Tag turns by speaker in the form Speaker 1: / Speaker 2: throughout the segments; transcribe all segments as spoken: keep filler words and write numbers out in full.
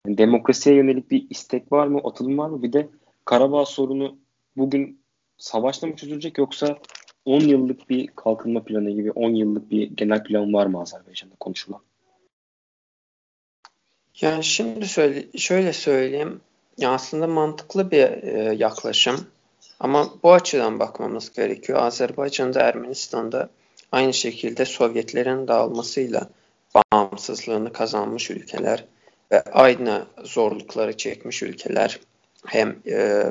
Speaker 1: Yani demokrasiye yönelik bir istek var mı, atılım var mı? Bir de Karabağ sorunu bugün savaşla mı çözülecek, yoksa on yıllık bir kalkınma planı gibi on yıllık bir genel plan var mı Azerbaycan'da konuşulan?
Speaker 2: Yani şimdi söyle, şöyle söyleyeyim. Ya aslında mantıklı bir e, yaklaşım. Ama bu açıdan bakmamız gerekiyor. Azerbaycan'da, Ermenistan'da aynı şekilde Sovyetlerin dağılmasıyla bağımsızlığını kazanmış ülkeler ve aynı zorlukları çekmiş ülkeler. Hem e,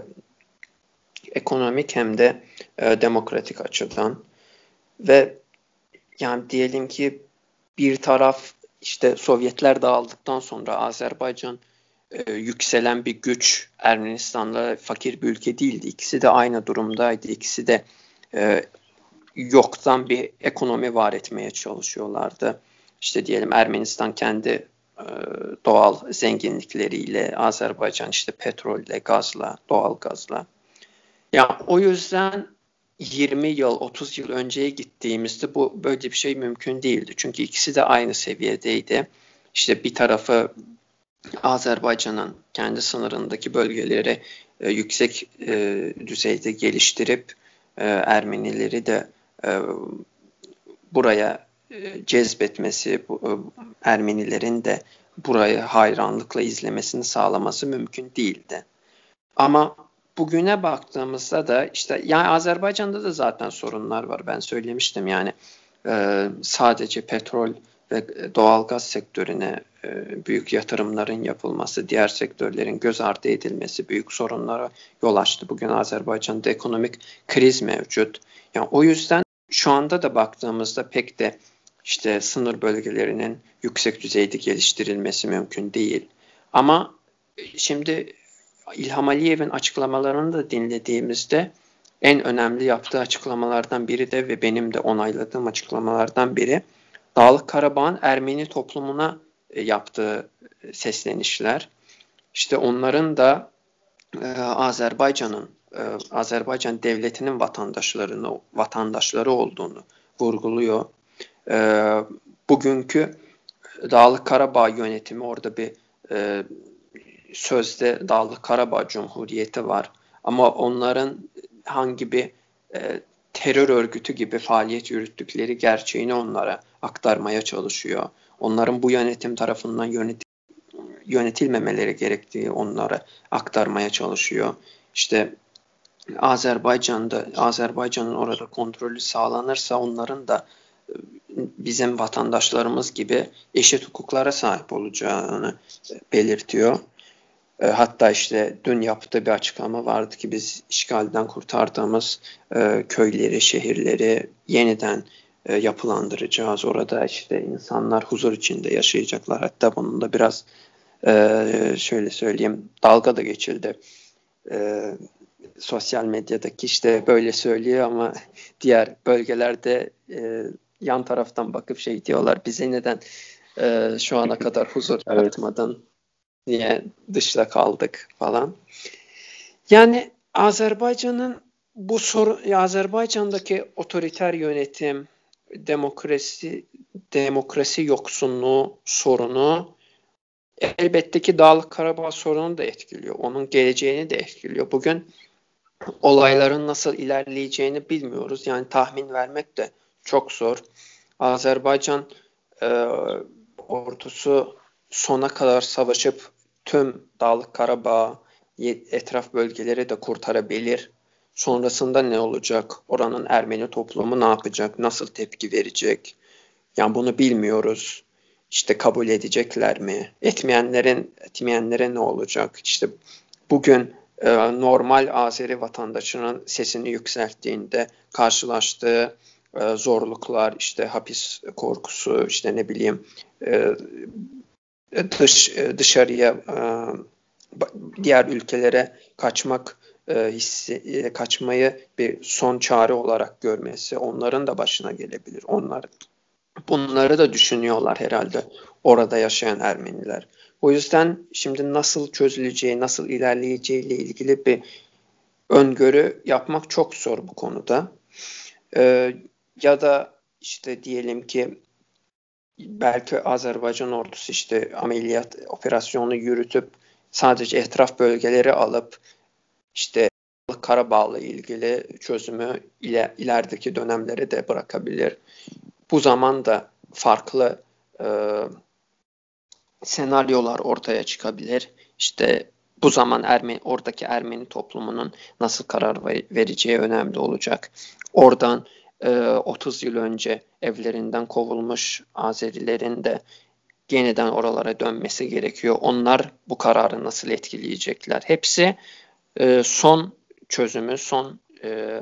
Speaker 2: ekonomik hem de e, demokratik açıdan. Ve yani diyelim ki bir taraf işte Sovyetler dağıldıktan sonra Azerbaycan e, yükselen bir güç. Ermenistan'la fakir bir ülke değildi. İkisi de aynı durumdaydı. İkisi de e, yoktan bir ekonomi var etmeye çalışıyorlardı. İşte diyelim Ermenistan kendi e, doğal zenginlikleriyle, Azerbaycan işte petrolle, gazla, doğal gazla. Ya o yüzden yirmi yıl, otuz yıl önceye gittiğimizde bu böyle bir şey mümkün değildi. Çünkü ikisi de aynı seviyedeydi. İşte bir tarafı Azerbaycan'ın kendi sınırındaki bölgeleri e, yüksek e, düzeyde geliştirip e, Ermenileri de e, buraya e, cezbetmesi, bu, e, Ermenilerin de burayı hayranlıkla izlemesini sağlaması mümkün değildi. Ama bugüne baktığımızda da işte yani Azerbaycan'da da zaten sorunlar var. Ben söylemiştim yani e, sadece petrol ve doğalgaz sektörüne e, büyük yatırımların yapılması, diğer sektörlerin göz ardı edilmesi büyük sorunlara yol açtı. Bugün Azerbaycan'da ekonomik kriz mevcut. Yani o yüzden şu anda da baktığımızda pek de işte sınır bölgelerinin yüksek düzeyde geliştirilmesi mümkün değil. Ama şimdi İlham Aliyev'in açıklamalarını da dinlediğimizde en önemli yaptığı açıklamalardan biri de ve benim de onayladığım açıklamalardan biri Dağlık Karabağ'ın Ermeni toplumuna e, yaptığı seslenişler. İşte onların da e, Azerbaycan'ın e, Azerbaycan devletinin vatandaşlarını vatandaşları olduğunu vurguluyor. E, bugünkü Dağlık Karabağ yönetimi orada bir e, sözde Dağlık Karabağ Cumhuriyeti var. Ama onların hangi bir e, terör örgütü gibi faaliyet yürüttükleri gerçeğini onlara aktarmaya çalışıyor. Onların bu yönetim tarafından yönet yönetilmemeleri gerektiği onlara aktarmaya çalışıyor. İşte Azerbaycan'da Azerbaycan'ın orada kontrolü sağlanırsa onların da bizim vatandaşlarımız gibi eşit hukuklara sahip olacağını belirtiyor. E, hatta işte dün yaptığı bir açıklama vardı ki biz işgalden kurtardığımız e, köyleri, şehirleri yeniden e, yapılandıracağız. Orada işte insanlar huzur içinde yaşayacaklar. Hatta bunun da biraz e, şöyle söyleyeyim dalga da geçildi. E, sosyal medyadaki işte böyle söylüyor ama diğer bölgelerde e, yan taraftan bakıp şey diyorlar bize neden e, şu ana kadar huzur
Speaker 1: Evet.
Speaker 2: yaratmadın diye dışta kaldık falan. Yani Azerbaycan'ın bu soru Azerbaycan'daki otoriter yönetim, demokrasi demokrasi yoksunluğu sorunu elbette ki Dağlık Karabağ sorunu da etkiliyor. Onun geleceğini de etkiliyor. Bugün olayların nasıl ilerleyeceğini bilmiyoruz. Yani tahmin vermek de çok zor. Azerbaycan e, ordusu sona kadar savaşıp tüm Dağlık Karabağ etraf bölgeleri de kurtarabilir. Sonrasında ne olacak? Oranın Ermeni toplumu ne yapacak? Nasıl tepki verecek? Yani bunu bilmiyoruz. İşte kabul edecekler mi? Etmeyenlerin, etmeyenlere ne olacak? İşte bugün e, normal Azeri vatandaşının sesini yükselttiğinde karşılaştığı e, zorluklar, işte hapis korkusu, işte ne bileyim e, dış e, dışarıya e, diğer ülkelere kaçmak e, hissi, e, kaçmayı bir son çare olarak görmesi onların da başına gelebilir. Onlar bunları da düşünüyorlar herhalde orada yaşayan Ermeniler. O yüzden şimdi nasıl çözüleceği, nasıl ilerleyeceği ile ilgili bir öngörü yapmak çok zor bu konuda. Ee, ya da işte diyelim ki belki Azerbaycan ordusu işte ameliyat operasyonu yürütüp sadece etraf bölgeleri alıp işte Karabağ'la ilgili çözümü ile, ilerideki dönemlere de bırakabilir. Bu zaman da farklı e, senaryolar ortaya çıkabilir. İşte bu zaman Ermeni, oradaki Ermeni toplumunun nasıl karar vereceği önemli olacak. Oradan e, otuz yıl önce evlerinden kovulmuş Azerilerin de yeniden oralara dönmesi gerekiyor. Onlar bu kararı nasıl etkileyecekler? Hepsi e, son çözümü, son e,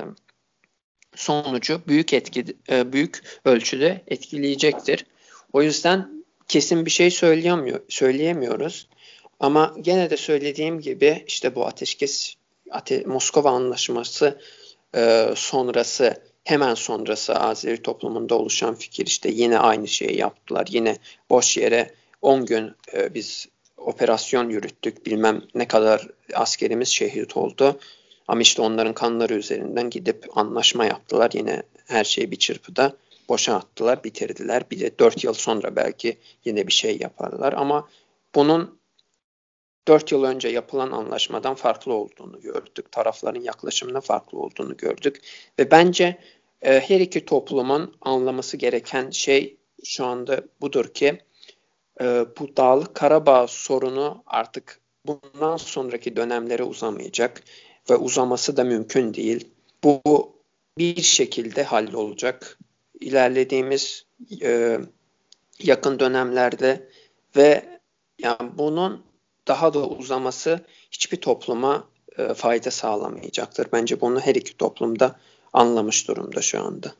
Speaker 2: sonucu büyük etki, e, büyük ölçüde etkileyecektir. O yüzden kesin bir şey söyleyemiyor, söyleyemiyoruz. Ama gene de söylediğim gibi işte bu ateşkes ate, Moskova Anlaşması e, sonrası hemen sonrası Azeri toplumunda oluşan fikir işte yine aynı şeyi yaptılar. Yine boş yere on gün e, biz operasyon yürüttük. Bilmem ne kadar askerimiz şehit oldu. Ama işte onların kanları üzerinden gidip anlaşma yaptılar. Yine her şeyi bir çırpıda boşa attılar, bitirdiler. Bir de dört yıl sonra belki yine bir şey yaparlar. Ama bunun dört yıl önce yapılan anlaşmadan farklı olduğunu gördük. Tarafların yaklaşımına farklı olduğunu gördük. Ve bence e, her iki toplumun anlaması gereken şey şu anda budur ki e, bu Dağlık Karabağ sorunu artık bundan sonraki dönemlere uzamayacak ve uzaması da mümkün değil. Bu bir şekilde hallolacak. İlerlediğimiz e, yakın dönemlerde ve yani bunun daha da uzaması hiçbir topluma e, fayda sağlamayacaktır. Bence bunu her iki toplumda anlamış durumda şu anda.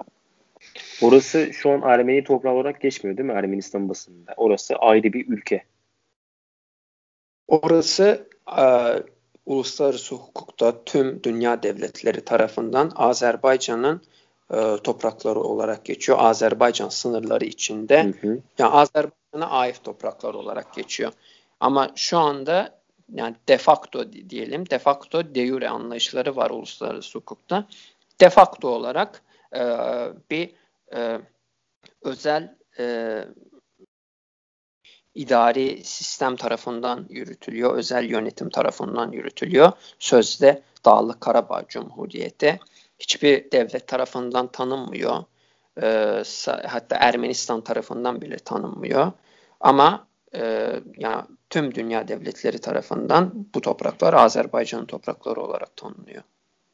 Speaker 1: Orası şu an Ermeni toprağı olarak geçmiyor değil mi Ermenistan basınında? Orası ayrı bir ülke.
Speaker 2: Orası e, uluslararası hukukta tüm dünya devletleri tarafından Azerbaycan'ın e, toprakları olarak geçiyor. Azerbaycan sınırları içinde.
Speaker 1: Hı hı.
Speaker 2: Yani Azerbaycan'a ait topraklar olarak geçiyor. Ama şu anda yani de facto diyelim, de facto de jure anlayışları var uluslararası hukukta. De facto olarak e, bir e, özel e, idari sistem tarafından yürütülüyor, özel yönetim tarafından yürütülüyor. Sözde Dağlık Karabağ Cumhuriyeti hiçbir devlet tarafından tanınmıyor. Ee, hatta Ermenistan tarafından bile tanınmıyor. Ama e, yani tüm dünya devletleri tarafından bu topraklar Azerbaycan'ın toprakları olarak tanınıyor.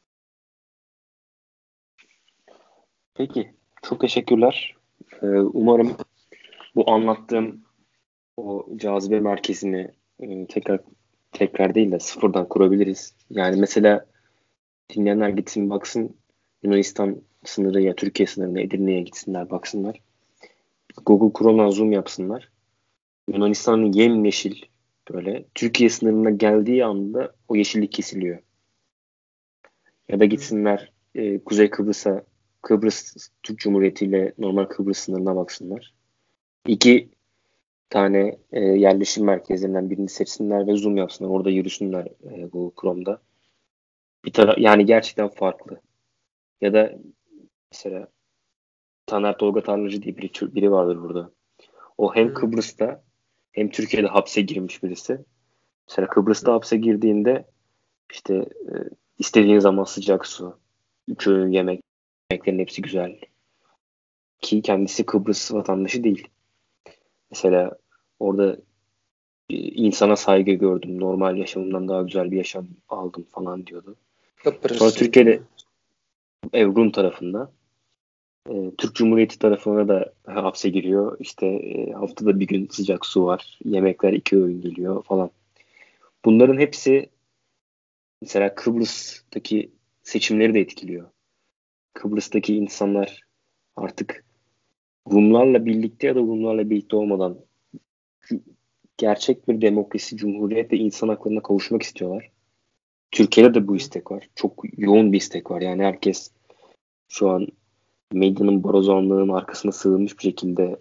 Speaker 1: Peki. Çok teşekkürler. Ee, umarım bu anlattığım o cazibe merkezini e, tekrar tekrar değil de sıfırdan kurabiliriz. Yani mesela dinleyenler gitsin baksın Yunanistan sınırı ya Türkiye sınırına Edirne'ye gitsinler baksınlar. Google Chrome'dan zoom yapsınlar. Yunanistan'ın yemyeşil böyle Türkiye sınırına geldiği anda o yeşillik kesiliyor. Ya da gitsinler e, Kuzey Kıbrıs'a Kıbrıs Türk Cumhuriyeti ile normal Kıbrıs sınırına baksınlar. İki tane e, yerleşim merkezlerinden birini seçsinler ve zoom yapsınlar. Orada yürüsünler e, Google Chrome'da. Bir tara yani gerçekten farklı. Ya da mesela Taner Tolga Tarlacı diye biri, biri vardır burada. O hem
Speaker 2: Hı.
Speaker 1: Kıbrıs'ta hem Türkiye'de hapse girmiş birisi. Mesela Kıbrıs'ta hapse girdiğinde işte e, istediğin zaman sıcak su, üç öğün yemek, yemeklerin hepsi güzel. Ki kendisi Kıbrıs vatandaşı değil. Mesela orada e, insana saygı gördüm. Normal yaşamımdan daha güzel bir yaşam aldım falan diyordu. Sonra
Speaker 2: Kıbrıslıydı
Speaker 1: Türkiye'de
Speaker 2: mı?
Speaker 1: Evrum tarafında e, Türk Cumhuriyeti tarafına da hapse giriyor. İşte e, haftada bir gün sıcak su var. Yemekler iki öğün geliyor falan. Bunların hepsi mesela Kıbrıs'taki seçimleri de etkiliyor. Kıbrıs'taki insanlar artık Rumlarla birlikte ya da Rumlarla birlikte olmadan gerçek bir demokrasi, cumhuriyet ve insan haklarına kavuşmak istiyorlar. Türkiye'de de bu istek var. Çok yoğun bir istek var. Yani herkes şu an medyanın borazanlığının arkasına sığınmış bir şekilde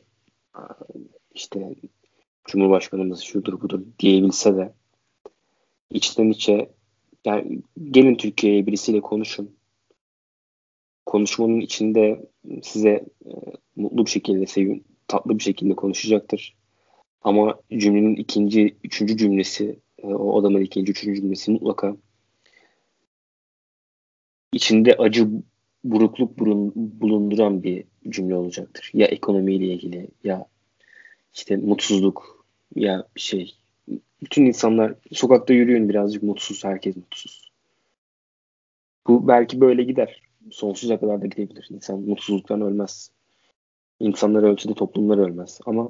Speaker 1: işte Cumhurbaşkanımız şudur budur diyebilse de içten içe yani gelin Türkiye'ye birisiyle konuşun. Konuşmanın içinde size e, mutlu bir şekilde sevin, tatlı bir şekilde konuşacaktır. Ama cümlenin ikinci, üçüncü cümlesi, e, o adamın ikinci, üçüncü cümlesi mutlaka içinde acı, burukluk burun, bulunduran bir cümle olacaktır. Ya ekonomiyle ilgili, ya işte mutsuzluk, ya bir şey. Bütün insanlar sokakta yürüyün, birazcık mutsuz, herkes mutsuz. Bu belki böyle gider. Sonsuza kadar da gidebilir. İnsan mutsuzluktan ölmez. İnsanlar ölse de toplumlar ölmez. Ama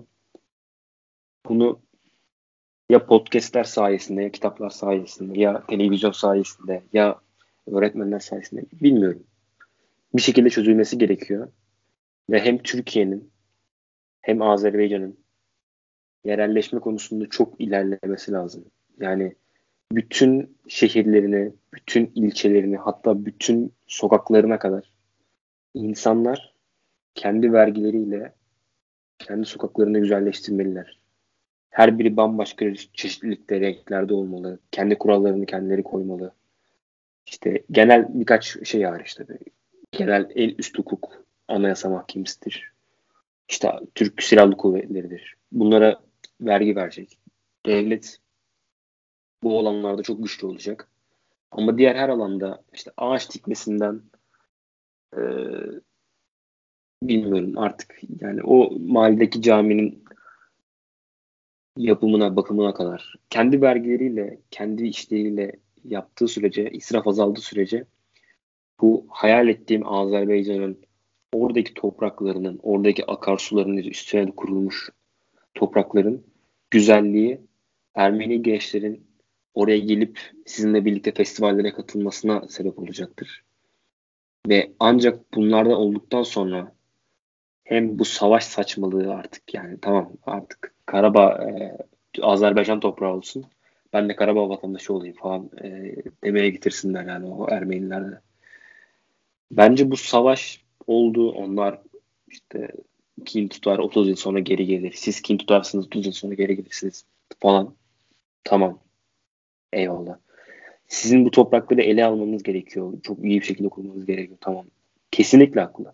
Speaker 1: bunu ya podcastler sayesinde, ya kitaplar sayesinde, ya televizyon sayesinde, ya öğretmenler sayesinde bilmiyorum. Bir şekilde çözülmesi gerekiyor. Ve hem Türkiye'nin hem Azerbaycan'ın yerelleşme konusunda çok ilerlemesi lazım. Yani bütün şehirlerini, bütün ilçelerini, hatta bütün sokaklarına kadar insanlar kendi vergileriyle kendi sokaklarını güzelleştirmeliler. Her biri bambaşka çeşitlilikte, renklerde olmalı. Kendi kurallarını kendileri koymalı. İşte genel birkaç şey hariç tabii. Genel el üst hukuk, anayasa mahkemesidir. İşte Türk Silahlı Kuvvetleri'dir. Bunlara vergi verecek. Devlet bu alanlarda çok güçlü olacak. Ama diğer her alanda işte ağaç dikmesinden e, bilmiyorum artık, yani o mahalledeki caminin yapımına, bakımına kadar kendi vergileriyle, kendi işleriyle yaptığı sürece, israf azaldığı sürece bu hayal ettiğim Azerbaycan'ın oradaki topraklarının, oradaki akarsuların üstüne kurulmuş toprakların güzelliği Ermeni gençlerin oraya gelip sizinle birlikte festivallere katılmasına sebep olacaktır. Ve ancak bunlardan olduktan sonra hem bu savaş saçmalığı artık, yani tamam artık Karabağ e, Azerbaycan toprağı olsun, ben de Karabağ vatandaşı olayım falan e, demeye getirsinler yani o Ermeniler de. Bence bu savaş oldu. Onlar işte kin tutar, otuz yıl sonra geri gelir. Siz kin tutarsınız, otuz yıl sonra geri gelirsiniz falan. Tamam. Eyvallah. Sizin bu toprakları ele almanız gerekiyor. Çok iyi bir şekilde kurmanız gerekiyor. Tamam. Kesinlikle haklı.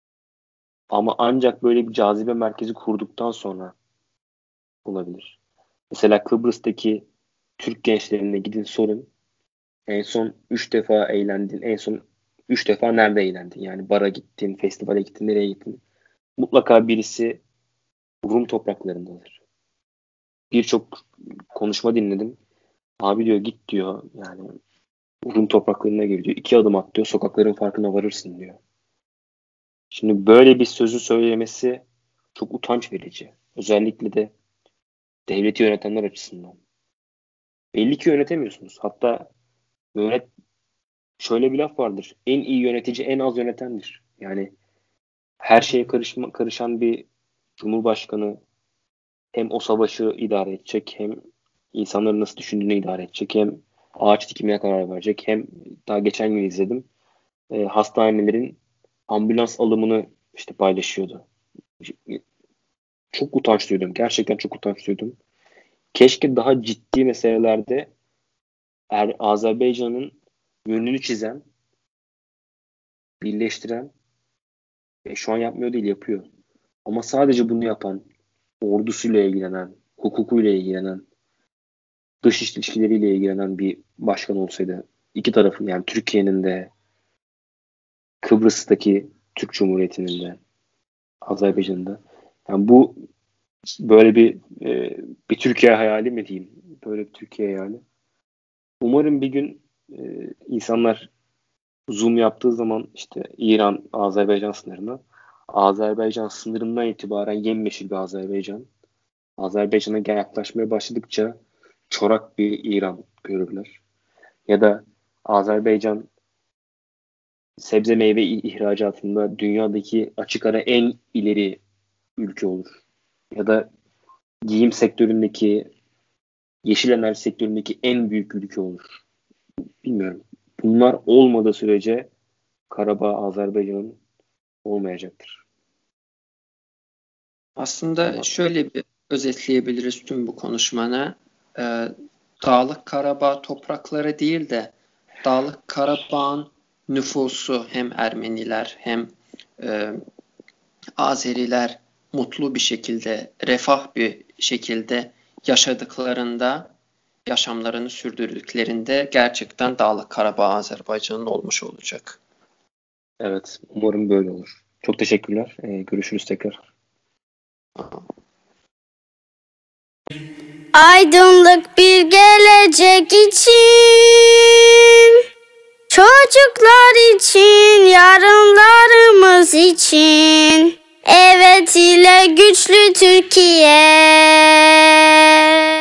Speaker 1: Ama ancak böyle bir cazibe merkezi kurduktan sonra olabilir. Mesela Kıbrıs'taki Türk gençlerine gidin sorun. En son üç defa eğlendin. En son üç defa nerede eğlendin? Yani bara gittin, festivale gittin, nereye gittin? Mutlaka birisi Rum topraklarındadır. Birçok konuşma dinledim. Abi diyor git diyor, yani Rum topraklarına gir diyor. İki adım at diyor. Sokakların farkına varırsın diyor. Şimdi böyle bir sözü söylemesi çok utanç verici. Özellikle de devleti yönetenler açısından. Belli ki yönetemiyorsunuz. Hatta yönet şöyle bir laf vardır. En iyi yönetici en az yönetendir. Yani her şeye karışma, karışan bir cumhurbaşkanı hem o savaşı idare edecek, hem insanların nasıl düşündüğünü idare edecek, hem ağaç dikimine karar verecek, hem daha geçen gün izledim. E, hastanelerin ambulans alımını işte paylaşıyordu. Çok utanç duydum. Gerçekten çok utanç duydum. Keşke daha ciddi meselelerde er, Azerbaycan'ın yönünü çizen, birleştiren, e, şu an yapmıyor değil, yapıyor. Ama sadece bunu yapan, ordusuyla ilgilenen, hukukuyla ilgilenen, dış ilişkileriyle ilgilenen bir başkan olsaydı, iki tarafın, yani Türkiye'nin de, Kıbrıs'taki Türk Cumhuriyeti'nin de, Azerbaycan'ın da. Yani bu böyle bir e, bir Türkiye hayali mi diyeyim? Böyle bir Türkiye hayali. Umarım bir gün e, insanlar zoom yaptığı zaman işte İran, Azerbaycan sınırına, Azerbaycan sınırından itibaren yemyeşil bir Azerbaycan, Azerbaycan'a yaklaşmaya başladıkça çorak bir İran görürler. Ya da Azerbaycan sebze meyve ihracatında dünyadaki açık ara en ileri ülke olur. Ya da giyim sektöründeki, yeşil enerji sektöründeki en büyük ülke olur. Bilmiyorum. Bunlar olmadığı sürece Karabağ Azerbaycan'ın olmayacaktır.
Speaker 2: Aslında
Speaker 1: Ama
Speaker 2: şöyle bir özetleyebiliriz tüm bu konuşmanı. Ee, Dağlık Karabağ toprakları değil de Dağlık Karabağ'ın nüfusu, hem Ermeniler hem e, Azeriler mutlu bir şekilde, refah bir şekilde yaşadıklarında, yaşamlarını sürdürdüklerinde gerçekten Dağlık Karabağ Azerbaycan'ın olmuş olacak.
Speaker 1: Evet, umarım böyle olur. Çok teşekkürler. Ee, görüşürüz tekrar.
Speaker 3: Aydınlık bir gelecek için, çocuklar için, yarınlarımız için, evet ile güçlü Türkiye.